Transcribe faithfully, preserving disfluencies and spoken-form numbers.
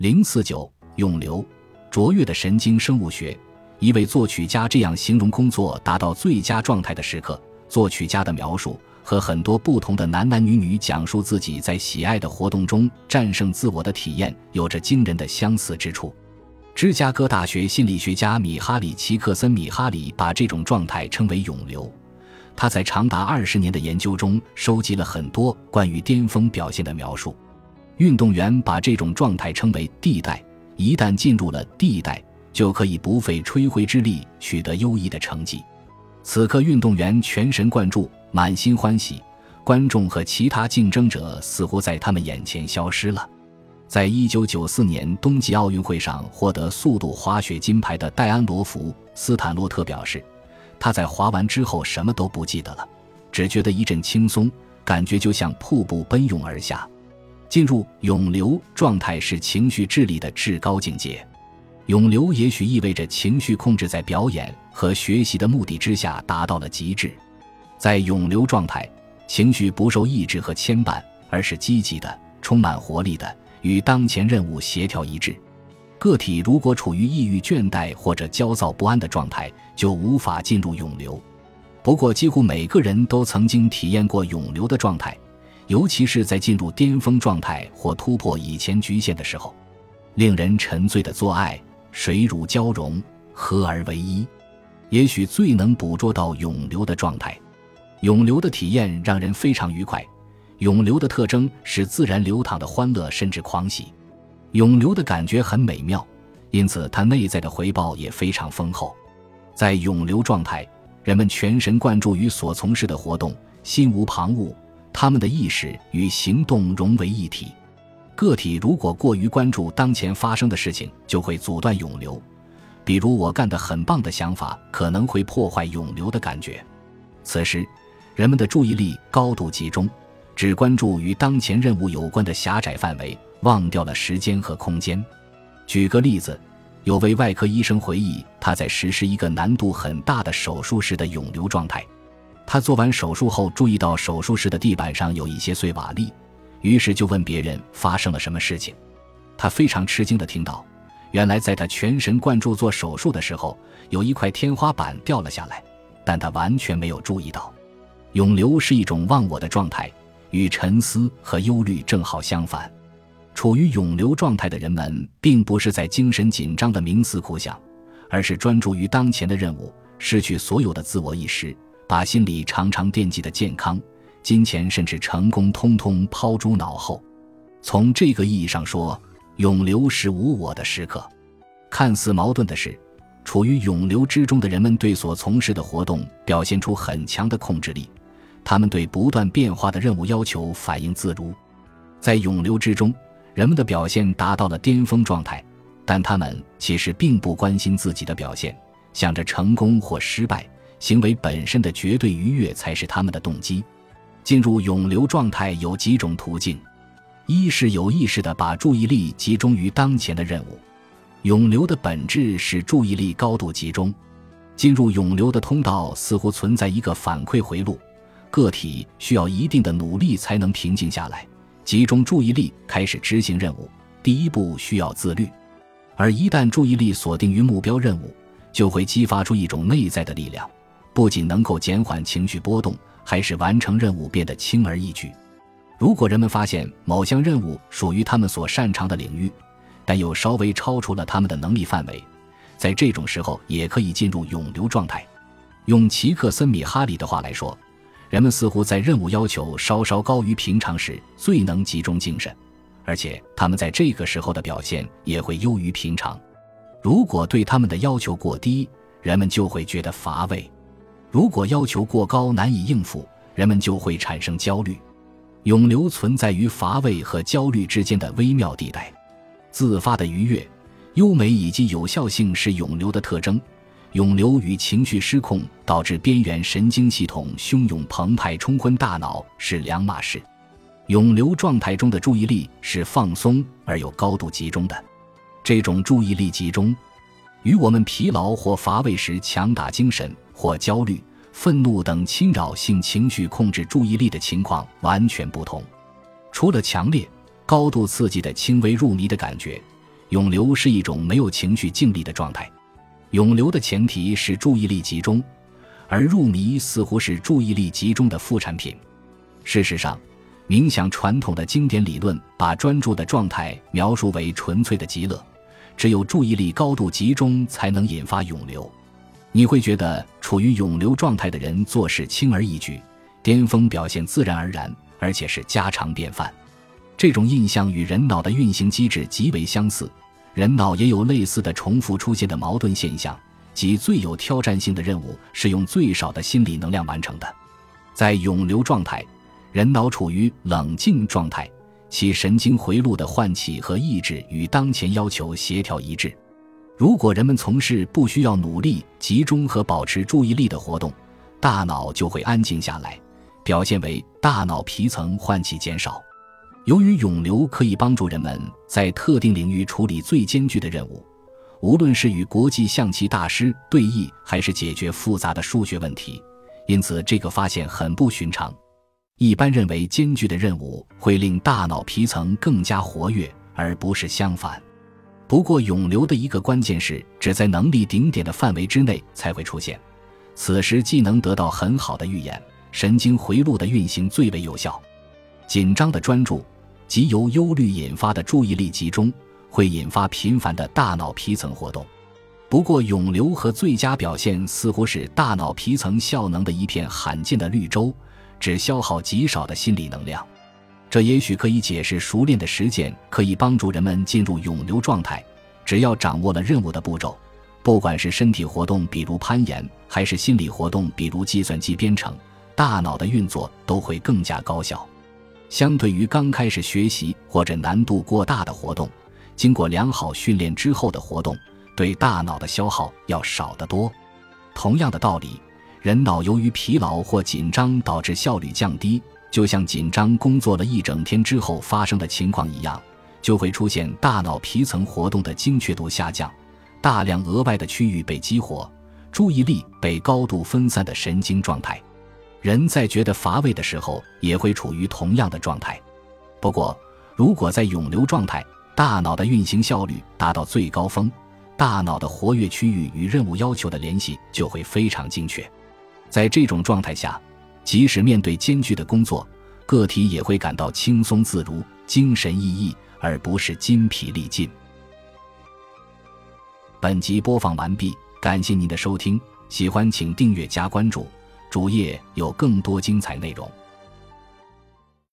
零四九咏流，卓越的神经生物学。一位作曲家这样形容工作达到最佳状态的时刻。作曲家的描述和很多不同的男男女女讲述自己在喜爱的活动中战胜自我的体验有着惊人的相似之处。芝加哥大学心理学家米哈里·齐克森米哈里把这种状态称为咏流。他在长达二十年的研究中收集了很多关于巅峰表现的描述。运动员把这种状态称为地带，一旦进入了地带，就可以不费吹灰之力取得优异的成绩。此刻运动员全神贯注，满心欢喜，观众和其他竞争者似乎在他们眼前消失了。在一九九四年冬季奥运会上获得速度滑雪金牌的戴安·罗弗斯坦洛特表示，他在滑完之后什么都不记得了，只觉得一阵轻松，感觉就像瀑布奔涌而下。进入咏流状态是情绪智力的至高境界。咏流也许意味着情绪控制在表演和学习的目的之下达到了极致。在咏流状态，情绪不受抑制和牵绊，而是积极的、充满活力的，与当前任务协调一致。个体如果处于抑郁倦怠或者焦躁不安的状态，就无法进入咏流。不过几乎每个人都曾经体验过咏流的状态，尤其是在进入巅峰状态或突破以前局限的时候。令人沉醉的做爱，水乳交融，合而为一，也许最能捕捉到咏流的状态。咏流的体验让人非常愉快，咏流的特征是自然流淌的欢乐甚至狂喜。咏流的感觉很美妙，因此它内在的回报也非常丰厚。在咏流状态，人们全神贯注于所从事的活动，心无旁骛，他们的意识与行动融为一体。个体如果过于关注当前发生的事情，就会阻断咏流。比如我干得很棒的想法可能会破坏咏流的感觉。此时人们的注意力高度集中，只关注与当前任务有关的狭窄范围，忘掉了时间和空间。举个例子，有位外科医生回忆他在实施一个难度很大的手术时的咏流状态。他做完手术后注意到手术室的地板上有一些碎瓦砾，于是就问别人发生了什么事情。他非常吃惊地听到，原来在他全神贯注做手术的时候，有一块天花板掉了下来，但他完全没有注意到。咏流是一种忘我的状态，与沉思和忧虑正好相反。处于咏流状态的人们并不是在精神紧张的冥思苦想，而是专注于当前的任务，失去所有的自我意识，把心里常常惦记的健康、金钱甚至成功通通抛诸脑后。从这个意义上说，咏流是无我的时刻。看似矛盾的是，处于咏流之中的人们对所从事的活动表现出很强的控制力，他们对不断变化的任务要求反应自如。在咏流之中，人们的表现达到了巅峰状态，但他们其实并不关心自己的表现，想着成功或失败，行为本身的绝对愉悦才是他们的动机。进入咏流状态有几种途径，一是有意识地把注意力集中于当前的任务。咏流的本质是注意力高度集中，进入咏流的通道似乎存在一个反馈回路，个体需要一定的努力才能平静下来，集中注意力开始执行任务。第一步需要自律，而一旦注意力锁定于目标任务，就会激发出一种内在的力量，不仅能够减缓情绪波动，还使完成任务变得轻而易举。如果人们发现某项任务属于他们所擅长的领域，但又稍微超出了他们的能力范围，在这种时候也可以进入咏流状态。用齐克森米哈里的话来说，人们似乎在任务要求稍稍高于平常时最能集中精神，而且他们在这个时候的表现也会优于平常。如果对他们的要求过低，人们就会觉得乏味；如果要求过高难以应付，人们就会产生焦虑。咏流存在于乏味和焦虑之间的微妙地带。自发的愉悦、优美以及有效性是咏流的特征。咏流与情绪失控导致边缘神经系统汹涌澎湃冲昏大脑是两码事。咏流状态中的注意力是放松而又高度集中的，这种注意力集中与我们疲劳或乏味时强打精神或焦虑、愤怒等侵扰性情绪控制注意力的情况完全不同。除了强烈、高度刺激的轻微入迷的感觉， 涌流是一种没有情绪静力的状态。涌流的前提是注意力集中，而入迷似乎是注意力集中的副产品。事实上，冥想传统的经典理论把专注的状态描述为纯粹的极乐，只有注意力高度集中才能引发涌流。你会觉得处于涌流状态的人做事轻而易举，巅峰表现自然而然，而且是家常便饭。这种印象与人脑的运行机制极为相似，人脑也有类似的重复出现的矛盾现象，即最有挑战性的任务是用最少的心理能量完成的。在涌流状态，人脑处于冷静状态，其神经回路的唤起和抑制与当前要求协调一致。如果人们从事不需要努力集中和保持注意力的活动，大脑就会安静下来，表现为大脑皮层唤起减少。由于涌流可以帮助人们在特定领域处理最艰巨的任务，无论是与国际象棋大师对弈还是解决复杂的数学问题，因此这个发现很不寻常。一般认为艰巨的任务会令大脑皮层更加活跃，而不是相反。不过涌流的一个关键是只在能力顶点的范围之内才会出现，此时既能得到很好的预演，神经回路的运行最为有效。紧张的专注即由忧虑引发的注意力集中，会引发频繁的大脑皮层活动。不过涌流和最佳表现似乎是大脑皮层效能的一片罕见的绿洲，只消耗极少的心理能量。这也许可以解释熟练的实践可以帮助人们进入涌流状态，只要掌握了任务的步骤，不管是身体活动比如攀岩，还是心理活动比如计算机编程，大脑的运作都会更加高效。相对于刚开始学习或者难度过大的活动，经过良好训练之后的活动对大脑的消耗要少得多。同样的道理，人脑由于疲劳或紧张导致效率降低，就像紧张工作了一整天之后发生的情况一样，就会出现大脑皮层活动的精确度下降，大量额外的区域被激活，注意力被高度分散的神经状态。人在觉得乏味的时候也会处于同样的状态。不过如果在涌流状态，大脑的运行效率达到最高峰，大脑的活跃区域与任务要求的联系就会非常精确。在这种状态下，即使面对艰巨的工作，个体也会感到轻松自如，精神奕奕，而不是筋疲力尽。本集播放完毕，感谢您的收听，喜欢请订阅加关注，主页有更多精彩内容。